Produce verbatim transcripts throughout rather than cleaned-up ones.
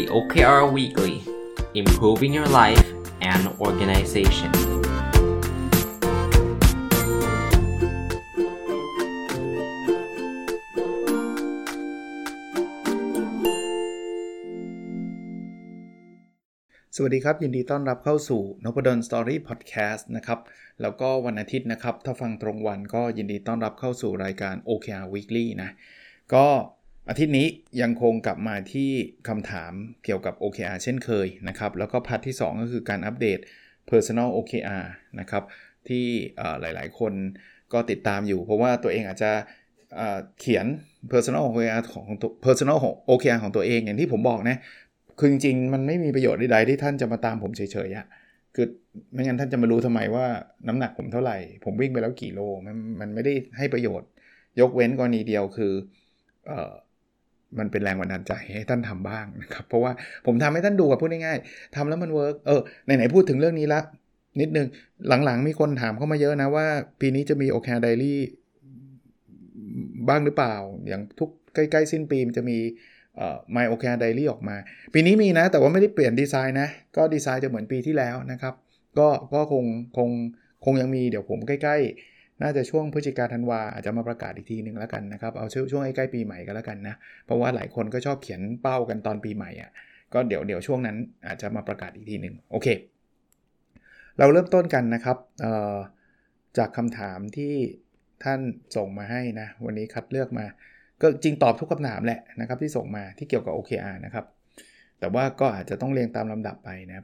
โอ เค อาร์ Weekly Improving Your Life and Organization สวัสดีครับยินดีต้อนรับเข้าสู่ Nopadon Story Podcast นะครับแล้วก็วันอาทิตย์นะครับถ้าฟังตรงวันก็ยินดีต้อนรับเข้าสู่รายการ โอ เค อาร์ Weekly นะก็อาทิตย์นี้ยังคงกลับมาที่คำถามเกี่ยวกับ โอ เค อาร์ เช่นเคยนะครับแล้วก็พาร์ทที่สองก็คือการอัปเดต Personal โอ เค อาร์ นะครับที่หลายๆคนก็ติดตามอยู่เพราะว่าตัวเองอาจจะเขียน Personal โอ เค อาร์ ของ Personal โอ เค อาร์ ของตัวเองอย่างที่ผมบอกนะคือจริงๆมันไม่มีประโยชน์ใดๆที่ท่านจะมาตามผมเฉยๆอ่ะคือไม่งั้นท่านจะมารู้ทำไมว่าน้ำหนักผมเท่าไหร่ผมวิ่งไปแล้วกี่โลมันมันไม่ได้ให้ประโยชน์ยกเว้นกรณีเดียวคือเอ่อมันเป็นแรงบันดาลใจให้ท่านทำบ้างนะครับเพราะว่าผมทำให้ท่านดูกับพูดง่ายๆทำแล้วมันเวิร์กเออไหนๆพูดถึงเรื่องนี้ละนิดนึงหลังๆมีคนถามเข้ามาเยอะนะว่าปีนี้จะมี โอ เค อาร์ Diary บ้างหรือเปล่าอย่างทุกใกล้ๆสิ้นปีมันจะมีเอ่อ My โอ เค อาร์ Diary ออกมาปีนี้มีนะแต่ว่าไม่ได้เปลี่ยนดีไซน์นะก็ดีไซน์จะเหมือนปีที่แล้วนะครับก็ก็คงคงคงยังมีเดี๋ยวผมใกล้ๆน่าจะช่วงพฤศจิกาธันวาอาจจะมาประกาศอีกทีนึงแล้วกันนะครับเอาช่วงใกล้ๆปีใหม่ก็แล้วกันนะเพราะว่าหลายคนก็ชอบเขียนเป้ากันตอนปีใหม่อ่ะก็เดี๋ยวเดี๋ยวช่วงนั้นอาจจะมาประกาศอีกทีนึงโอเคเราเริ่มต้นกันนะครับเอ่อจากคำถามที่ท่านส่งมาให้นะวันนี้คัดเลือกมาก็จริงตอบทุกคำถามแหละนะครับที่ส่งมาที่เกี่ยวกับ โอ เค อาร์ นะครับแต่ว่าก็อาจจะต้องเรียงตามลำดับไปนะครับ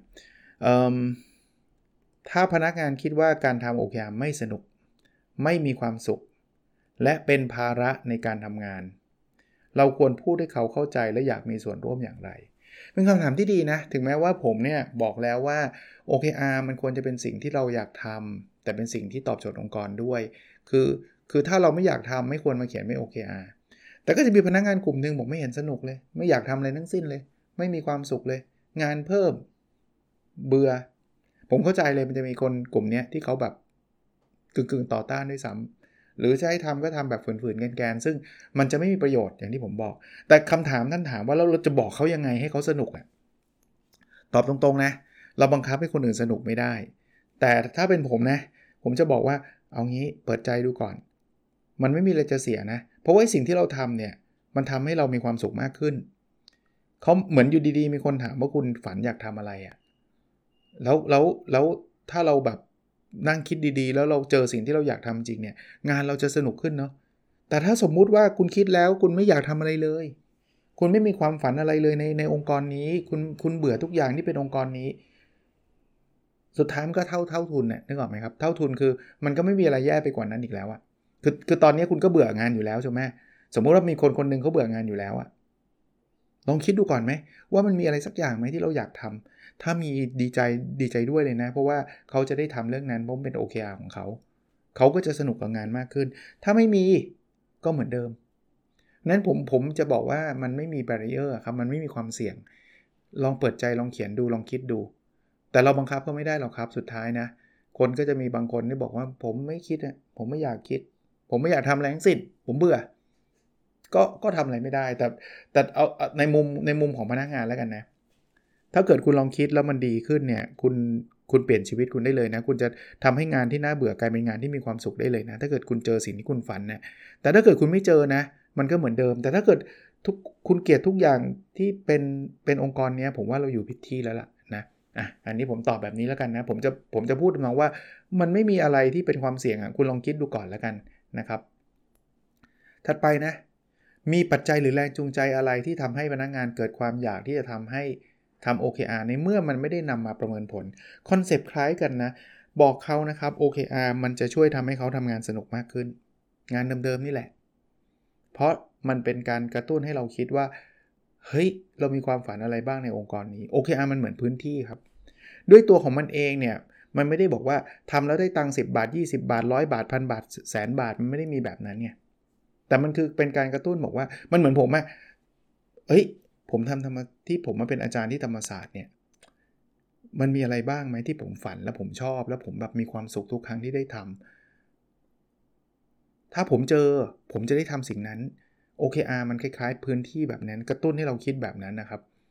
ถ้าพนักงานคิดว่าการทำ โอ เค อาร์ ไม่สนุกไม่มีความสุขและเป็นภาระในการทำงานเราควรพูดให้เขาเข้าใจและอยากมีส่วนร่วมอย่างไรเป็นคำถามที่ดีนะถึงแม้ว่าผมเนี่ยบอกแล้วว่า โอ เค อาร์ มันควรจะเป็นสิ่งที่เราอยากทำแต่เป็นสิ่งที่ตอบโจทย์องค์กรด้วยคือคือถ้าเราไม่อยากทำไม่ควรมาเขียนไม่ โอ เค อาร์ แต่ก็จะมีพนักงานกลุ่มนึงบอกไม่เห็นสนุกเลยไม่อยากทำอะไรทั้งสิ้นเลยไม่มีความสุขเลยงานเพิ่มเบื่อผมเข้าใจเลยมันจะมีคนกลุ่มนี้ที่เขาแบบกึ่งๆต่อต้านด้วยซ้ำหรือจะให้ทำก็ทำแบบฝืนๆแกนๆซึ่งมันจะไม่มีประโยชน์อย่างที่ผมบอกแต่คำถามท่านถามว่าเราจะบอกเขายังไงให้เขาสนุกอ่ะตอบตรงๆนะเราบังคับให้คนอื่นสนุกไม่ได้แต่ถ้าเป็นผมนะผมจะบอกว่าเอางี้เปิดใจดูก่อนมันไม่มีอะไรจะเสียนะเพราะว่าสิ่งที่เราทำเนี่ยมันทำให้เรามีความสุขมากขึ้นเขาเหมือนอยู่ดีๆมีคนถามว่าคุณฝันอยากทำอะไรอ่ะแล้วแล้วแล้วถ้าเราแบบนั่งคิดดีๆแล้วเราเจอสิ่งที่เราอยากทำจริงเนี่ยงานเราจะสนุกขึ้นเนาะแต่ถ้าสมมุติว่าคุณคิดแล้วคุณไม่อยากทำอะไรเลยคุณไม่มีความฝันอะไรเลยในในองค์กรนี้คุณคุณเบื่อทุกอย่างที่เป็นองค์กรนี้สุดท้ายมันก็เท่าเท่าทุนเนี่ยนึกออกไหมครับเท่าทุนคือมันก็ไม่มีอะไรแย่ไปกว่านั้นอีกแล้วอะคือคือตอนนี้คุณก็เบื่องานอยู่แล้วใช่ไหมสมมุติว่ามีคนคนนึงเขาเบื่องานอยู่แล้วอะลองคิดดูก่อนไหมว่ามันมีอะไรสักอย่างไหมที่เราอยากทำถ้ามีดีใจดีใจด้วยเลยนะเพราะว่าเขาจะได้ทำเรื่องนั้นเพราะเป็น โอ เค อาร์ ของเขาเขาก็จะสนุกกับงานมากขึ้นถ้าไม่มีก็เหมือนเดิมนั้นผมผมจะบอกว่ามันไม่มี barrier ครับมันไม่มีความเสี่ยงลองเปิดใจลองเขียนดูลองคิดดูแต่เราบังคับก็ไม่ได้หรอกครับสุดท้ายนะคนก็จะมีบางคนที่บอกว่าผมไม่คิดอ่ะผมไม่อยากคิดผมไม่อยากทำอะไรทั้งสิ้นผมเบื่อก็ก็ทำอะไรไม่ได้แต่แต่เอาในมุมในมุมของพนักงานแล้วกันนะถ้าเกิดคุณลองคิดแล้วมันดีขึ้นเนี่ยคุณคุณเปลี่ยนชีวิตคุณได้เลยนะคุณจะทำให้งานที่น่าเบื่อกลายเป็นงานที่มีความสุขได้เลยนะถ้าเกิดคุณเจอสิ่งที่คุณฝันนะแต่ถ้าเกิดคุณไม่เจอนะมันก็เหมือนเดิมแต่ถ้าเกิดทุกคุณเกลียดทุกอย่างที่เป็นเป็นองค์กรนี้ผมว่าเราอยู่ผิดที่แล้วล่ะนะอ่ะอันนี้ผมตอบแบบนี้แล้วกันนะผมจะผมจะพูดมาว่ามันไม่มีอะไรที่เป็นความเสี่ยงอ่ะคุณลองคิดดูก่อนแล้วกันนะครับถัดไปนะมีปัจจัยหรือแรงจูงใจอะไรที่ทำให้พนักงานเกิดความอยากที่จะทำให้ทำ โอ เค อาร์ ในเมื่อมันไม่ได้นำมาประเมินผลคอนเซปต์คล้ายกันนะบอกเขานะครับ โอ เค อาร์ มันจะช่วยทำให้เขาทำงานสนุกมากขึ้นงานเดิมๆนี่แหละเพราะมันเป็นการกระตุ้นให้เราคิดว่าเฮ้ยเรามีความฝันอะไรบ้างในองค์กรนี้ โอ เค อาร์ มันเหมือนพื้นที่ครับด้วยตัวของมันเองเนี่ยมันไม่ได้บอกว่าทำแล้วได้ตังค์สิบบาทยี่สิบบาทหนึ่งร้อยบาท หนึ่งพัน บาทแสนบาทมันไม่ได้มีแบบนั้นไงแต่มันคือเป็นการกระตุ้นบอกว่ามันเหมือนผมอะเอ้ยผมทำธรรมที่ผมมาเป็นอาจารย์ที่ธรรมศาสตร์เนี่ยมันมีอะไรบ้างไหมที่ผมฝันแล้วผมชอบแล้วผมแบบมีความสุขทุกครั้งที่ได้ทำถ้าผมเจอผมจะได้ทำสิ่งนั้น โอ เค อาร์ มันคล้ายๆพื้นที่แบบนั้นกระตุ้นให้เราคิดแบบนั้นนะครับ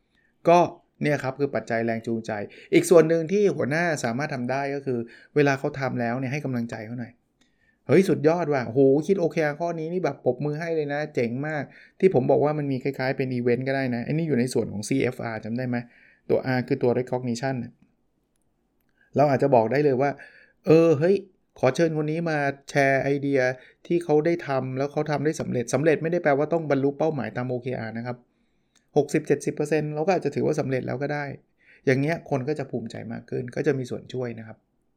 ก็เนี่ยครับคือปัจจัยแรงจูงใจอีกส่วนหนึ่งที่หัวหน้าสามารถทำได้ก็คือเวลาเขาทำแล้วเนี่ยให้กำลังใจเขาหน่อยเฮ้ยสุดยอดว่ะโหคิด โอ เค อาร์ ข้อนี้นี่แบบปรบมือให้เลยนะเจ๋งมากที่ผมบอกว่ามันมีคล้ายๆเป็นอีเวนต์ก็ได้นะอันนี้อยู่ในส่วนของ ซี เอฟ อาร์ จำได้ไหมตัว R คือตัว recognition เราอาจจะบอกได้เลยว่าเออเฮ้ยขอเชิญคนนี้มาแชร์ไอเดียที่เขาได้ทำแล้วเขาทำได้สำเร็จสำเร็จไม่ได้แปลว่าต้องบรรลุเป้าหมายตาม โอ เค อาร์ นะครับ หกสิบถึงเจ็ดสิบเปอร์เซ็นต์ เราก็อาจจะถือว่าสำเร็จแล้วก็ได้อย่างเงี้ยคนก็จะภูมิใจมากขึ้นก็จะมีส่วนช่วยนะครับ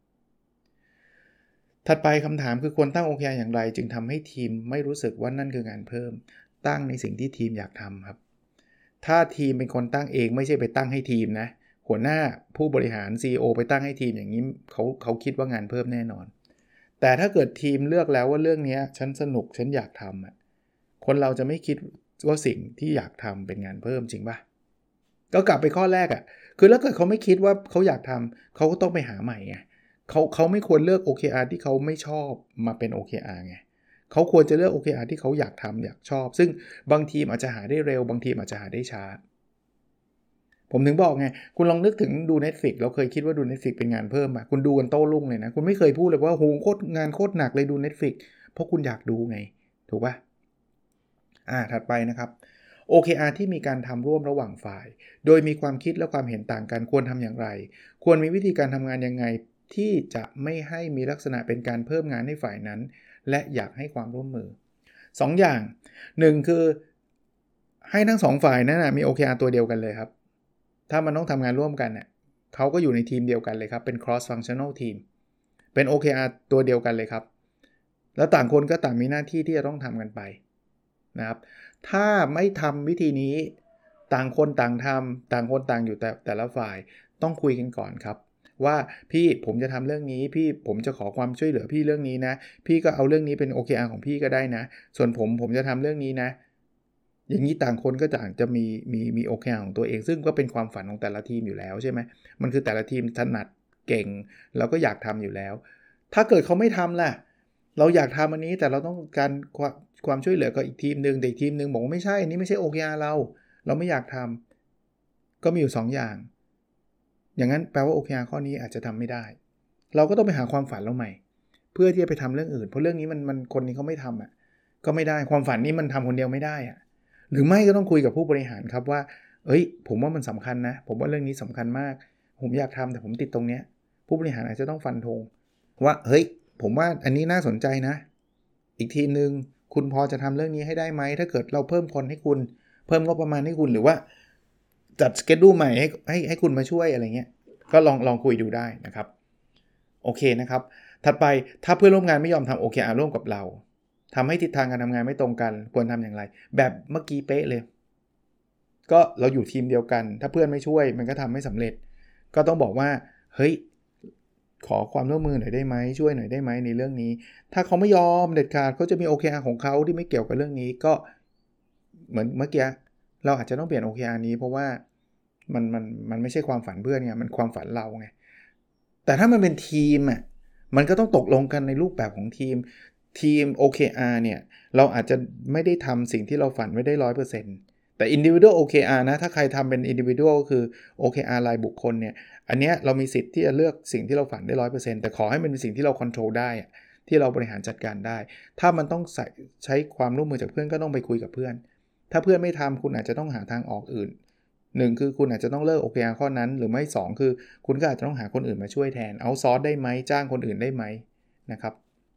ถัดไปคำถามคือควรตั้ง โอ เค อาร์ อย่างไรจึงทำให้ทีมไม่รู้สึกว่านั่นคืองานเพิ่มตั้งในสิ่งที่ทีมอยากทำครับถ้าทีมเป็นคนตั้งเองไม่ใช่ไปตั้งให้ทีมนะหัวหน้าผู้บริหาร ซี อี โอ ไปตั้งให้ทีมอย่างนี้เขาเขาคิดว่างานเพิ่มแน่นอนแต่ถ้าเกิดทีมเลือกแล้วว่าเรื่องนี้ฉันสนุกฉันอยากทำอ่ะคนเราจะไม่คิดว่าสิ่งที่อยากทำเป็นงานเพิ่มจริงป่ะก็กลับไปข้อแรกอ่ะคือถ้าเกิดเขาไม่คิดว่าเขาอยากทำเขาก็ต้องไปหาใหม่ไงเขาเขาไม่ควรเลือก โอ เค อาร์ ที่เขาไม่ชอบมาเป็น โอ เค อาร์ ไงเขาควรจะเลือก โอ เค อาร์ ที่เขาอยากทำอยากชอบซึ่งบางทีมอาจจะหาได้เร็วบางทีมอาจจะหาได้ช้าผมถึงบอกไงคุณลองนึกถึงดู Netflix เราเคยคิดว่าดู Netflix เป็นงานเพิ่มป่ะคุณดูกันโต้รุ่งเลยนะคุณไม่เคยพูดเลยว่าโหโคตรงานโคตรหนักเลยดู Netflix เพราะคุณอยากดูไงถูกป่ะอ่าถัดไปนะครับ โอ เค อาร์ ที่มีการทำร่วมระหว่างฝ่ายโดยมีความคิดและความเห็นต่างกันควรทำอย่างไรควรมีวิธีการทำงานยังไงที่จะไม่ให้มีลักษณะเป็นการเพิ่มงานให้ฝ่ายนั้นและอยากให้ความร่วมมือสองอย่างหนึ่งคือให้ทั้งสองฝ่ายนั้นนะมี โอ เค อาร์ ตัวเดียวกันเลยครับถ้ามันต้องทำงานร่วมกันเนี่ยเขาก็อยู่ในทีมเดียวกันเลยครับเป็น cross functional team เป็น โอ เค อาร์ ตัวเดียวกันเลยครับแล้วต่างคนก็ต่างมีหน้าที่ที่จะต้องทำกันไปนะครับถ้าไม่ทำวิธีนี้ต่างคนต่างทำต่างคนต่างอยู่แต่แต่ละฝ่ายต้องคุยกันก่อนครับว่าพี่ผมจะทำเรื่องนี้พี่ผมจะขอความช่วยเหลือพี่เรื่องนี้นะพี่ก็เอาเรื่องนี้เป็น โอ เค อาร์ ของพี่ก็ได้นะส่วนผมผมจะทำเรื่องนี้นะอย่างนี้ต่างคนก็ต่างจะมีมีมี โอ เค อาร์ ของตัวเองซึ่งก็เป็นความฝันของแต่ละทีมอยู่แล้วใช่ไหมมันคือแต่ละทีมถนัดเก่งแล้วก็อยากทำอยู่แล้วถ้าเกิดเขาไม่ทำล่ะเราอยากทำอันนี้แต่เราต้องการความความช่วยเหลือกับอีกทีมนึงแต่อีกทีมนึงบอกว่าไม่ใช่อันนี้ไม่ใช่ โอ เค อาร์ เราเราไม่อยากทำก็มีอยู่สองอย่างอย่างนั้นแปลว่า โอ เค อาร์ ข้อนี้อาจจะทำไม่ได้เราก็ต้องไปหาความฝันเราใหม่เพื่อที่จะไปทำเรื่องอื่นเพราะเรื่องนี้มันมันคนนี้เขาไม่ทำอ่ะก็ไม่ได้ความฝันนี้มันทำคนเดียวไม่ได้อ่ะหรือไม่ก็ต้องคุยกับผู้บริหารครับว่าเอ้ยผมว่ามันสำคัญนะผมว่าเรื่องนี้สำคัญมากผมอยากทำแต่ผมติดตรงเนี้ยผู้บริหารอาจจะต้องฟันธงว่าเฮ้ยผมว่าอันนี้น่าสนใจนะอีกทีนึงคุณพอจะทำเรื่องนี้ให้ได้ไหมถ้าเกิดเราเพิ่มคนให้คุณเพิ่มงบประมาณให้คุณหรือว่าจัดสเกจดูใหม่ให้ให้ให้คุณมาช่วยอะไรเงี้ยก็ลองลองคุยดูได้นะครับโอเคนะครับถัดไปถ้าเพื่อนร่วมงานไม่ยอมทำ โอ เค อาร์ ร่วมกับเราทำให้ทิศทางการทำงานไม่ตรงกันควรทำอย่างไรแบบเมื่อกี้เป๊ะเลยก็เราอยู่ทีมเดียวกันถ้าเพื่อนไม่ช่วยมันก็ทำไม่สำเร็จก็ต้องบอกว่าเฮ้ยขอความร่วมมือหน่อยได้ไหมช่วยหน่อยได้ไหมในเรื่องนี้ถ้าเขาไม่ยอมเด็ดขาดเขาจะมี โอ เค อาร์ ของเขาที่ไม่เกี่ยวกับเรื่องนี้ก็เหมือนเมื่อกี้เราอาจจะต้องเปลี่ยน โอ เค อาร์ นี้เพราะว่ามันมันมันไม่ใช่ความฝันเพื่อนไงมันความฝันเราไงแต่ถ้ามันเป็นทีมอ่ะมันก็ต้องตกลงกันในรูปแบบของทีมทีม โอ เค อาร์ เนี่ยเราอาจจะไม่ได้ทำสิ่งที่เราฝันไว้ได้ ร้อยเปอร์เซ็นต์ แต่ individual โอ เค อาร์ นะถ้าใครทำเป็น individual ก็คือ โอ เค อาร์ รายบุคคลเนี่ยอันเนี้ยเรามีสิทธิ์ที่จะเลือกสิ่งที่เราฝันได้ ร้อยเปอร์เซ็นต์ แต่ขอให้มันเป็นสิ่งที่เรา control ได้ที่เราบริหารจัดการได้ถ้ามันต้องใส่ใช้ความร่วมมือจากเพื่อนก็ต้องไปคุยกับเพื่อนถ้าเพื่อนไม่ทำคุณอาจจะต้องหาทางออกอื่นหนึ่งคือคุณอาจจะต้องเลิก โอ เค อาร์ ข้อนั้นหรือไม่สองคือคุณก็อาจจะต้องหาคนอื่นมาช่วยแทนเอาซอร์สได้ไหมจ้างคนอื่นได้ไหมนะครับ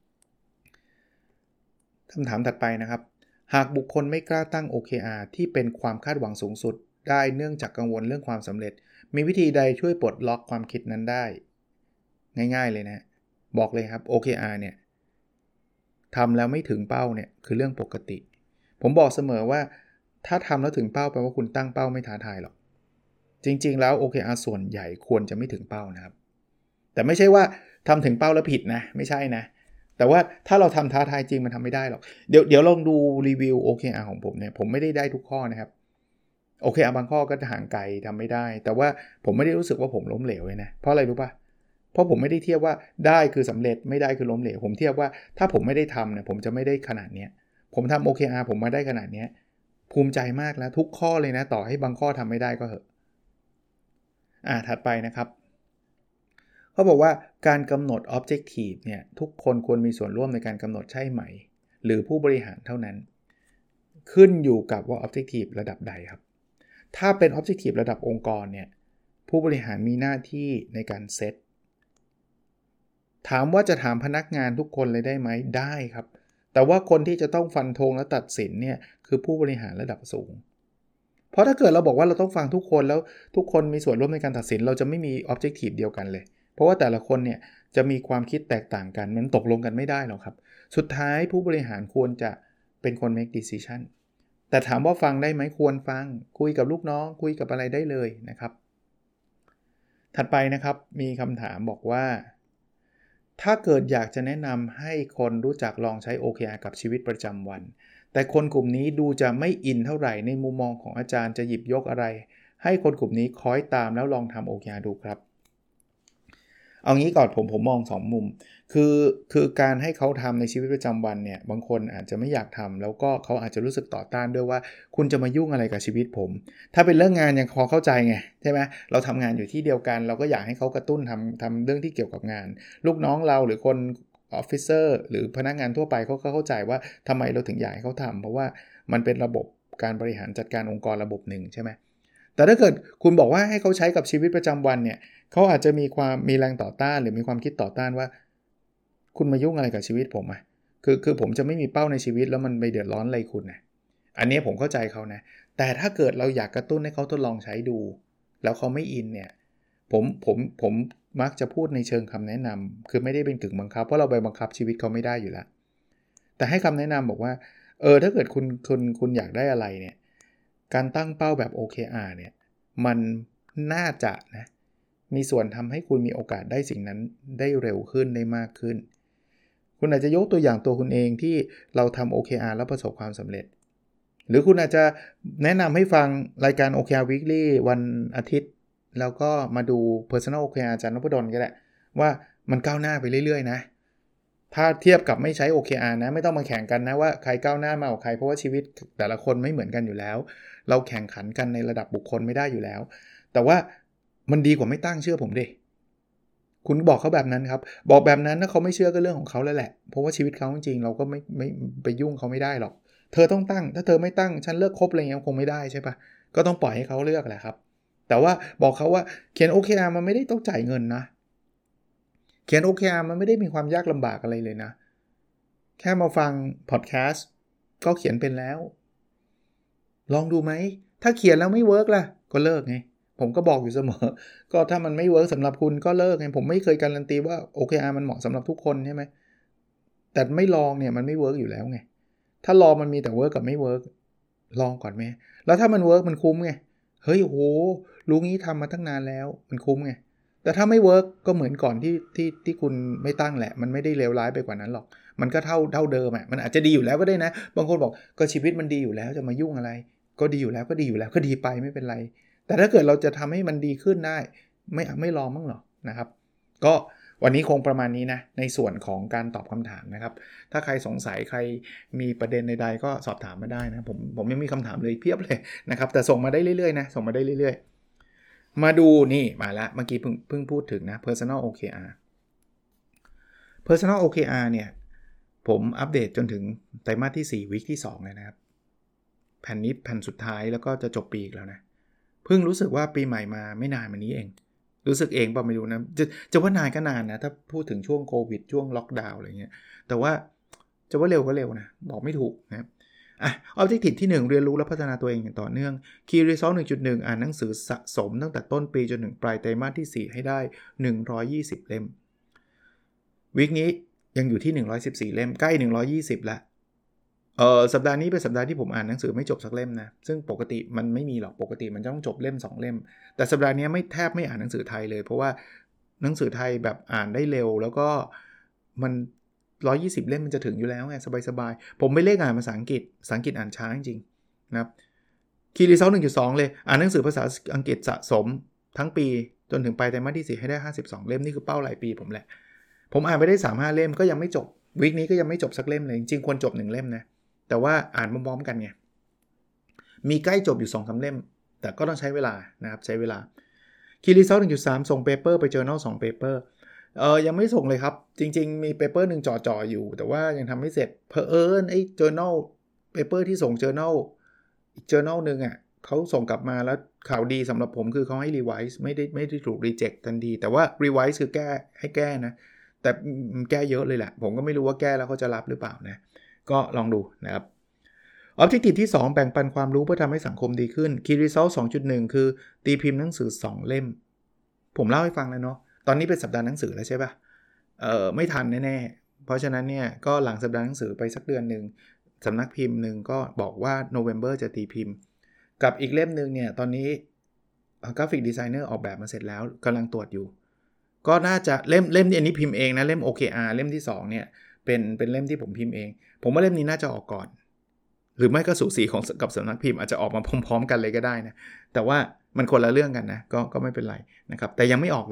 คำถามถัดไปนะครับหากบุคคลไม่กล้าตั้ง โอ เค อาร์ ที่เป็นความคาดหวังสูงสุดได้เนื่องจากกังวลเรื่องความสำเร็จมีวิธีใดช่วยปลดล็อกความคิดนั้นได้ง่ายๆเลยนะบอกเลยครับ โอ เค อาร์ เนี่ยทำแล้วไม่ถึงเป้าเนี่ยคือเรื่องปกติผมบอกเสมอว่าถ้าทำแล้วถึงเป้าแปลว่าคุณตั้งเป้าไม่ท้าทายหรอกจริงๆแล้ว โอ เค อาร์ ส่วนใหญ่ควรจะไม่ถึงเป้านะครับแต่ไม่ใช่ว่าทำถึงเป้าแล้วผิดนะไม่ใช่นะแต่ว่าถ้าเราทำท้าทายจริงมันทำไม่ได้หรอกเดี๋ยวเดี๋ยวลองดูรีวิว โอ เค อาร์ ของผมเนี่ยผมไม่ได้ได้ทุกข้อนะครับโอเคอาร์บางข้อก็ห่างไกลทำไม่ได้แต่ว่าผมไม่ได้รู้สึกว่าผมล้มเหลวเลยนะเพราะอะไรรู้ป่ะเพราะผมไม่ได้เทียบว่าได้คือสำเร็จไม่ได้คือล้มเหลวผมเทียบว่าถ้าผมไม่ได้ทำเนี่ยผมจะไม่ได้ขนาดนี้ผมทำ โอ เค อาร์ ผมมาได้ขนาดนี้ภูมิใจมากแล้วทุกข้อเลยนะต่อให้บางข้อทำไม่ได้ก็เหอะอ่าถัดไปนะครับเขาบอกว่าการกำหนด objective เนี่ยทุกคนควรมีส่วนร่วมในการกำหนดใช่ไหมหรือผู้บริหารเท่านั้นขึ้นอยู่กับว่า objective ระดับใดครับถ้าเป็น objective ระดับองค์กรเนี่ยผู้บริหารมีหน้าที่ในการเซตถามว่าจะถามพนักงานทุกคนเลยได้ไหมได้ครับแต่ว่าคนที่จะต้องฟันธงและตัดสินเนี่ยคือผู้บริหารระดับสูงเพราะถ้าเกิดเราบอกว่าเราต้องฟังทุกคนแล้วทุกคนมีส่วนร่วมในการตัดสินเราจะไม่มี objective เดียวกันเลยเพราะว่าแต่ละคนเนี่ยจะมีความคิดแตกต่างกันมันตกลงกันไม่ได้หรอกครับสุดท้ายผู้บริหารควรจะเป็นคน make decision แต่ถามว่าฟังได้ไหมควรฟังคุยกับลูกน้องคุยกับอะไรได้เลยนะครับถัดไปนะครับมีคำถามบอกว่าถ้าเกิดอยากจะแนะนำให้คนรู้จักลองใช้ โอ เค อาร์ กับชีวิตประจำวันแต่คนกลุ่มนี้ดูจะไม่อินเท่าไหร่ในมุมมองของอาจารย์จะหยิบยกอะไรให้คนกลุ่มนี้คอยตามแล้วลองทำ โอ เค อาร์ ดูครับเอางี้ก่อนผมผมมองสองมุมคือคือการให้เขาทำในชีวิตประจำวันเนี่ยบางคนอาจจะไม่อยากทำแล้วก็เขาอาจจะรู้สึกต่อต้านด้วยว่าคุณจะมายุ่งอะไรกับชีวิตผมถ้าเป็นเรื่องงานยังพอเข้าใจไงใช่ไหมเราทำงานอยู่ที่เดียวกันเราก็อยากให้เขากระตุ้นทำทำเรื่องที่เกี่ยวกับงานลูกน้องเราหรือคนออฟฟิเซอร์หรือพนักงานทั่วไปเขาก็เข้าใจว่าทำไมเราถึงอยากให้เขาทำเพราะว่ามันเป็นระบบการบริหารจัดการองค์กรระบบหนึ่งใช่ไหมแต่ถ้าเกิดคุณบอกว่าให้เขาใช้กับชีวิตประจำวันเนี่ยเขาอาจจะมีความมีแรงต่อต้านหรือมีความคิดต่อต้านว่าคุณมายุ่งอะไรกับชีวิตผมอ่ะคือคือผมจะไม่มีเป้าในชีวิตแล้วมันไปเดือดร้อนอะไรคุณนะอันนี้ผมเข้าใจเขานะแต่ถ้าเกิดเราอยากกระตุ้นให้เขาทดลองใช้ดูแล้วเขาไม่อินเนี่ยผมผมผมมักจะพูดในเชิงคำแนะนำคือไม่ได้เป็นกึ่งบังคับเพราะเราไปบังคับชีวิตเขาไม่ได้อยู่แล้วแต่ให้คำแนะนำบอกว่าเออถ้าเกิดคุณคุณคุณอยากได้อะไรเนี่ยการตั้งเป้าแบบ โอ เค อาร์ เนี่ยมันน่าจะนะมีส่วนทำให้คุณมีโอกาสได้สิ่งนั้นได้เร็วขึ้นได้มากขึ้นคุณอาจจะยกตัวอย่างตัวคุณเองที่เราทำ โอ เค อาร์ แล้วประสบความสำเร็จหรือคุณอาจจะแนะนำให้ฟังรายการ โอ เค อาร์ Weekly วันอาทิตย์แล้วก็มาดู Personal โอ เค อาร์ อาจารย์นพดลก็ได้ว่ามันก้าวหน้าไปเรื่อยๆนะถ้าเทียบกับไม่ใช้ โอ เค อาร์ นะไม่ต้องมาแข่งกันนะว่าใครก้าวหน้ามากกว่าใครเพราะว่าชีวิตแต่ละคนไม่เหมือนกันอยู่แล้วเราแข่งขันกันในระดับบุคคลไม่ได้อยู่แล้วแต่ว่ามันดีกว่าไม่ตั้งเชื่อผมดิคุณบอกเขาแบบนั้นครับบอกแบบนั้นถ้าเขาไม่เชื่อก็เรื่องของเขาแล้วแหละเพราะว่าชีวิตเขาจริงๆเราก็ไม่ไม่ไปยุ่งเขาไม่ได้หรอกเธอต้องตั้งถ้าเธอไม่ตั้งฉันเลิกคบอะไรเงี้ยคงไม่ได้ใช่ปะก็ต้องปล่อยให้เขาเลือกแหละครับแต่ว่าบอกเขาว่าเขียน โอ เค อาร์ มันไม่ได้ต้องจ่ายเงินนะเขียน โอ เค อาร์ มันไม่ได้มีความยากลำบากอะไรเลยนะแค่มาฟังพอดแคสต์ก็เขียนเป็นแล้วลองดูไหมถ้าเขียนแล้วไม่เวิร์กล่ะก็เลิกไงผมก็บอกอยู่เสมอก็ถ้ามันไม่เวิร์กสำหรับคุณก็เลิกไงผมไม่เคยการันตีว่า โอ เค อาร์ มันเหมาะสำหรับทุกคนใช่ไหมแต่ไม่ลองเนี่ยมันไม่เวิร์กอยู่แล้วไงถ้าลองมันมีแต่เวิร์กกับไม่เวิร์กลองก่อนไหมแล้วถ้ามันเวิร์กมันคุ้มไงเฮ้ยโหรู้งี้ทำมาตั้งนานแล้วมันคุ้มไงแต่ถ้าไม่เวิร์กก็เหมือนก่อนที่ที่ที่คุณไม่ตั้งแหละมันไม่ได้เลวร้ายไปกว่านั้นหรอกมันก็เท่าเท่าเดิมอ่ะมันอาจจะดีอยู่แล้วก็ได้นะบางคนบอกก็ชีวิตมันดีอยู่แล้วจะมายุ่งอะไรก็ดีอยู่แล้วก็ดีอยู่แล้วก็ดีไปไม่เป็นไรแต่ถ้าเกิดเราจะทำให้มันดีขึ้นได้ไม่ไม่ลองมั้งหรอนะครับก็วันนี้คงประมาณนี้นะในส่วนของการตอบคำถามนะครับถ้าใครสงสัยใครมีประเด็นใดๆก็สอบถามมาได้นะผมผมยังมีคำถามเลยเพียบเลยนะครับแต่ส่งมาได้เรื่อยๆนะส่งมาได้เรื่อยๆมาดูนี่มาละเมื่อกี้เพิ่งเพิ่งพูดถึงนะ Personal โอ เค อาร์Personal โอ เค อาร์ เนี่ยผมอัปเดตจนถึงไตรมาสที่สี่วีคที่สองเลยนะครับแผ่นนี้แผ่นสุดท้ายแล้วก็จะจบปีอีกแล้วนะเพิ่งรู้สึกว่าปีใหม่มาไม่นานมานี้เองรู้สึกเองป่ะไม่รู้นะจะจะว่านานก็นานนะถ้าพูดถึงช่วงโควิดช่วงล็อกดาวน์อะไรเงี้ยแต่ว่าจะว่าเร็วก็เร็วนะบอกไม่ถูกนะครับอ่ะ Objective ที่หนึ่งเรียนรู้และพัฒนาตัวเองอย่างต่อเนื่อง Key Result หนึ่งจุดหนึ่ง อ่านหนังสือสะสมตั้งแต่ต้นปีจนถึงปลายไตรมาสที่สี่ให้ได้หนึ่งร้อยยี่สิบเล่มวีคนี้ยังอยู่ที่หนึ่งร้อยสิบสี่เล่มใกล้หนึ่งร้อยยี่สิบแล้วเออสัปดาห์นี้เป็นสัปดาห์ที่ผมอ่านหนังสือไม่จบสักเล่มนะซึ่งปกติมันไม่มีหรอกปกติมันจะต้องจบเล่มสองเล่มแต่สัปดาห์นี้ไม่แทบไม่อ่านหนังสือไทยเลยเพราะว่าหนังสือไทยแบบอ่านได้เร็วแล้วก็มันหนึ่งร้อยยี่สิบเล่มมันจะถึงอยู่แล้วไงสบายๆผมไม่เลขอ่านภาษาอังกฤษภาษาอังกฤษอ่านช้าจริงๆนะครับคีรีเซล หนึ่งจุดสอง เลยอ่านหนังสือภาษาอังกฤษสะสมทั้งปีจนถึงปลายไตรมาสที่สี่ให้ได้ห้าสิบสองเล่มนี่คือเป้ารายปีผมแหละผมอ่านไปได้ สามถึงห้า เล่มก็ยังไม่จบวีคนี้ก็ยังไม่จบสักเล่มเลยจริงๆควรจบหนึ่งเล่มนะแต่ว่าอ่านพร้อมๆกันไงมีใกล้จบอยู่ สองถึงสาม เล่มแต่ก็ต้องใช้เวลานะครับใช้เวลา Key Result หนึ่งจุดสาม ส่ง paper ไป journal สอง paper เออยังไม่ส่งเลยครับจริงๆมี paper หนึ่งจ่อๆอยู่แต่ว่ายังทำไม่เสร็จเผอิญไอ้ journal paper ที่ส่ง journal อีก journal นึงอ่ะเขาส่งกลับมาแล้วข่าวดีสำหรับผมคือเขาให้ revise ไม่ได้ไม่ได้ถูก reject ทันทีแต่ว่า revise คือแก้ให้แก้นะแต่แก้เยอะเลยแหละผมก็ไม่รู้ว่าแก้แล้วเขาจะรับหรือเปล่านะก็ลองดูนะครับ Objective ที่สองแบ่งปันความรู้เพื่อทำให้สังคมดีขึ้น Key Result สองจุดหนึ่ง คือตีพิมพ์หนังสือสองเล่มผมเล่าให้ฟังแล้วเนาะตอนนี้เป็นสัปดาห์หนังสือแล้วใช่ป่ะเอ่อไม่ทันแน่ๆเพราะฉะนั้นเนี่ยก็หลังสัปดาห์หนังสือไปสักเดือนนึงสำนักพิมพ์นึงก็บอกว่า November จะตีพิมพ์กับอีกเล่มนึงเนี่ยตอนนี้กราฟิกดีไซเนอร์ออกแบบมาเสร็จแล้วกำลังตรวจอยู่ก็น่าจะเล่มเล่มอันนี้พิมพ์เองนะเล่ม โอ เค อาร์ เล่มที่สองเนี่ยเป็นเป็นเล่มที่ผมพิมพ์เองผมว่าเล่มนี้น่าจะออกก่อนหรือไม่ก็สูสีของกับสำนักพิมพ์อาจจะออกมาพร้อมๆกันเลยก็ได้นะแต่ว่ามันคนละเรื่องกันนะก็ก็ไม่เป็นไรนะครับแต่ยังไม่ออกเลย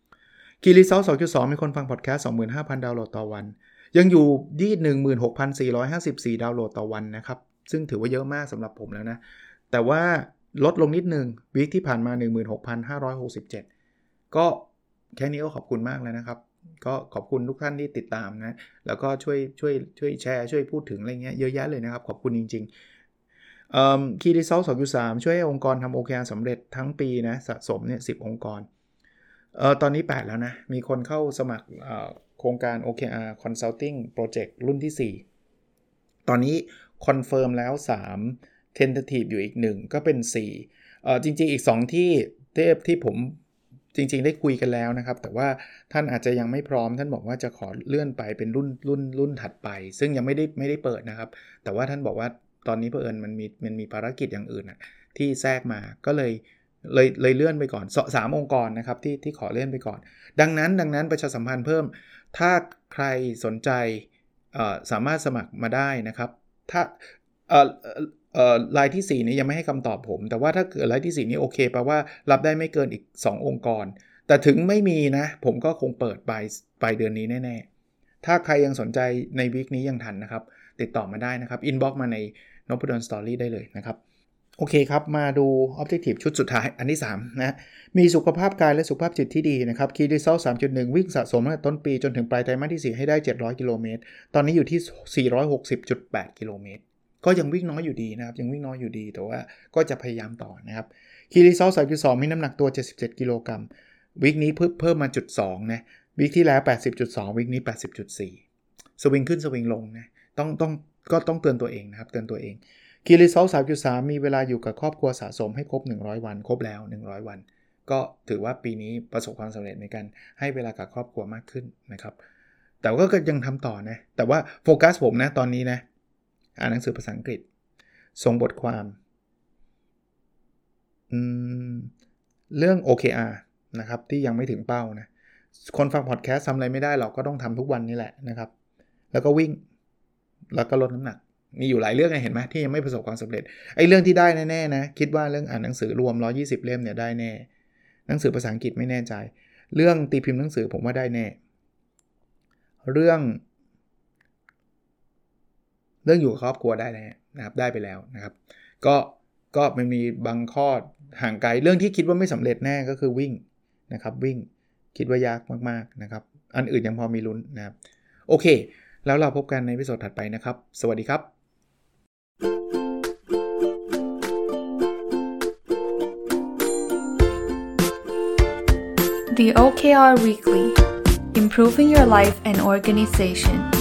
Key Result สองจุดสอง มีคนฟังพอดแคสต์ สองหมื่นห้าพัน ดาวน์โหลดต่อวันยังอยู่ที่ หนึ่งหมื่นหกพันสี่ร้อยห้าสิบสี่ ดาวน์โหลดต่อวันนะครับซึ่งถือว่าเยอะมากสำหรับผมแล้วนะแต่ว่าลดลงนิดนึงวีคที่ผ่านมา หนึ่งหมื่นหกพันห้าร้อยหกสิบเจ็ด ก็แค่นี้ก็ขอบคุณมากแล้วนะครับก็ขอบคุณทุกท่านที่ติดตามนะแล้วก็ช่วยช่วยช่วยแชร์ช่วยพูดถึงอะไรเงี้ยเยอะแยะเลยนะครับขอบคุณจริงๆเอ่อ Key Result สองจุดสาม ช่วยให้องค์กรทำ โอ เค อาร์ สำเร็จทั้งปีนะสะสมเนี่ยสิบองค์กรเอ่อตอนนี้แปดแล้วนะมีคนเข้าสมัครเอ่อโครงการ โอ เค อาร์ Consulting Project รุ่นที่สี่ตอนนี้คอนเฟิร์มแล้วสาม tentative อยู่อีกหนึ่งก็เป็นสี่เอ่อจริงๆอีกสองที่เทพที่ผมจริงๆได้คุยกันแล้วนะครับแต่ว่าท่านอาจจะยังไม่พร้อมท่านบอกว่าจะขอเลื่อนไปเป็นรุ่นรุ่นรุ่นถัดไปซึ่งยังไม่ได้ไม่ได้เปิดนะครับแต่ว่าท่านบอกว่าตอนนี้เผอิญมันมีมันมีภารกิจอย่างอื่นนะที่แทรกมาก็เลยเลยเลยเลื่อนไปก่อนสามองค์กรนะครับที่ที่ขอเลื่อนไปก่อนดังนั้นดังนั้นประชาสัมพันธ์เพิ่มถ้าใครสนใจเอ่อสามารถสมัครมาได้นะครับถ้าเอ่อเอ่อรายที่สี่นี้ยังไม่ให้คำตอบผมแต่ว่าถ้าเกิดรายที่สี่นี้โอเคแปลว่ารับได้ไม่เกินอีกสององค์กรแต่ถึงไม่มีนะผมก็คงเปิดปลายปลายเดือนนี้แน่ๆถ้าใครยังสนใจในวีคนี้ยังทันนะครับติดต่อมาได้นะครับอินบ็อกซ์มาใน Nopodon Story ได้เลยนะครับโอเคครับมาดู Objective ชุดสุดท้ายอันที่สามนะมีสุขภาพกายและสุขภาพจิตที่ดีนะครับ Key Result สามจุดหนึ่ง วิ่งสะสมตั้งแต่ต้นปีจนถึงปลายไตรมาสที่สี่ให้ได้เจ็ดร้อยกิโลเมตรตอนนี้อยู่ที่ สี่ร้อยหกสิบจุดแปด กิโลเมตรก็ยังวิ่งน้อยอยู่ดีนะครับยังวิ่งน้อยอยู่ดีแต่ว่าก็จะพยายามต่อนะครับ Key Result สามจุดสอง มีน้ำหนักตัวเจ็ดสิบเจ็ดกิโลกรัมวีคนี้เพิ่มเพิ่มมา จุดสอง นะวีคที่แล้ว แปดสิบจุดสอง วีคนี้ แปดสิบจุดสี่ สวิงขึ้นสวิงลงนะต้องต้องก็ต้องเตือนตัวเองนะครับเตือนตัวเองKey Result สามจุดสาม มีเวลาอยู่กับครอบครัวสะสมให้ครบหนึ่งร้อยวันครบแล้วหนึ่งร้อยวันก็ถือว่าปีนี้ประสบความสำเร็จในการให้เวลากับครอบครัวมากขึ้นนะครับแต่ว่าก็ยังทำต่อนะแต่ว่าโฟกัสผมนะตอนนี้นะอ่านหนังสือภาษาอังกฤษส่งบทความอืมเรื่อง โอ เค อาร์ นะครับที่ยังไม่ถึงเป้านะคนฟังพอดแคสต์ทำอะไรไม่ได้หรอกก็ต้องทำทุกวันนี่แหละนะครับแล้วก็วิ่งแล้วก็ลดน้ำหนักมีอยู่หลายเรื่องไงเห็นไหมที่ยังไม่ประสบความสำเร็จไอ้เรื่องที่ได้แน่ๆนะคิดว่าเรื่องอ่านหนังสือรวมหนึ่งร้อยยี่สิบเล่มเนี่ยได้แน่หนังสือภาษาอังกฤษไม่แน่ใจเรื่องตีพิมพ์หนังสือผมว่าได้แน่เรื่องเรื่องอยู่กับครอบครัวได้แน่นะครับได้ไปแล้วนะครับก็ก็มันมีบางข้อห่างไกลเรื่องที่คิดว่าไม่สำเร็จแน่ก็คือวิ่งนะครับวิ่งคิดว่ายากมากๆนะครับอันอื่นยังพอมีลุ้นนะครับโอเคแล้วเราพบกันในวิดีโอถัดไปนะครับสวัสดีครับ The โอ เค อาร์ Weekly Improving Your Life and Organization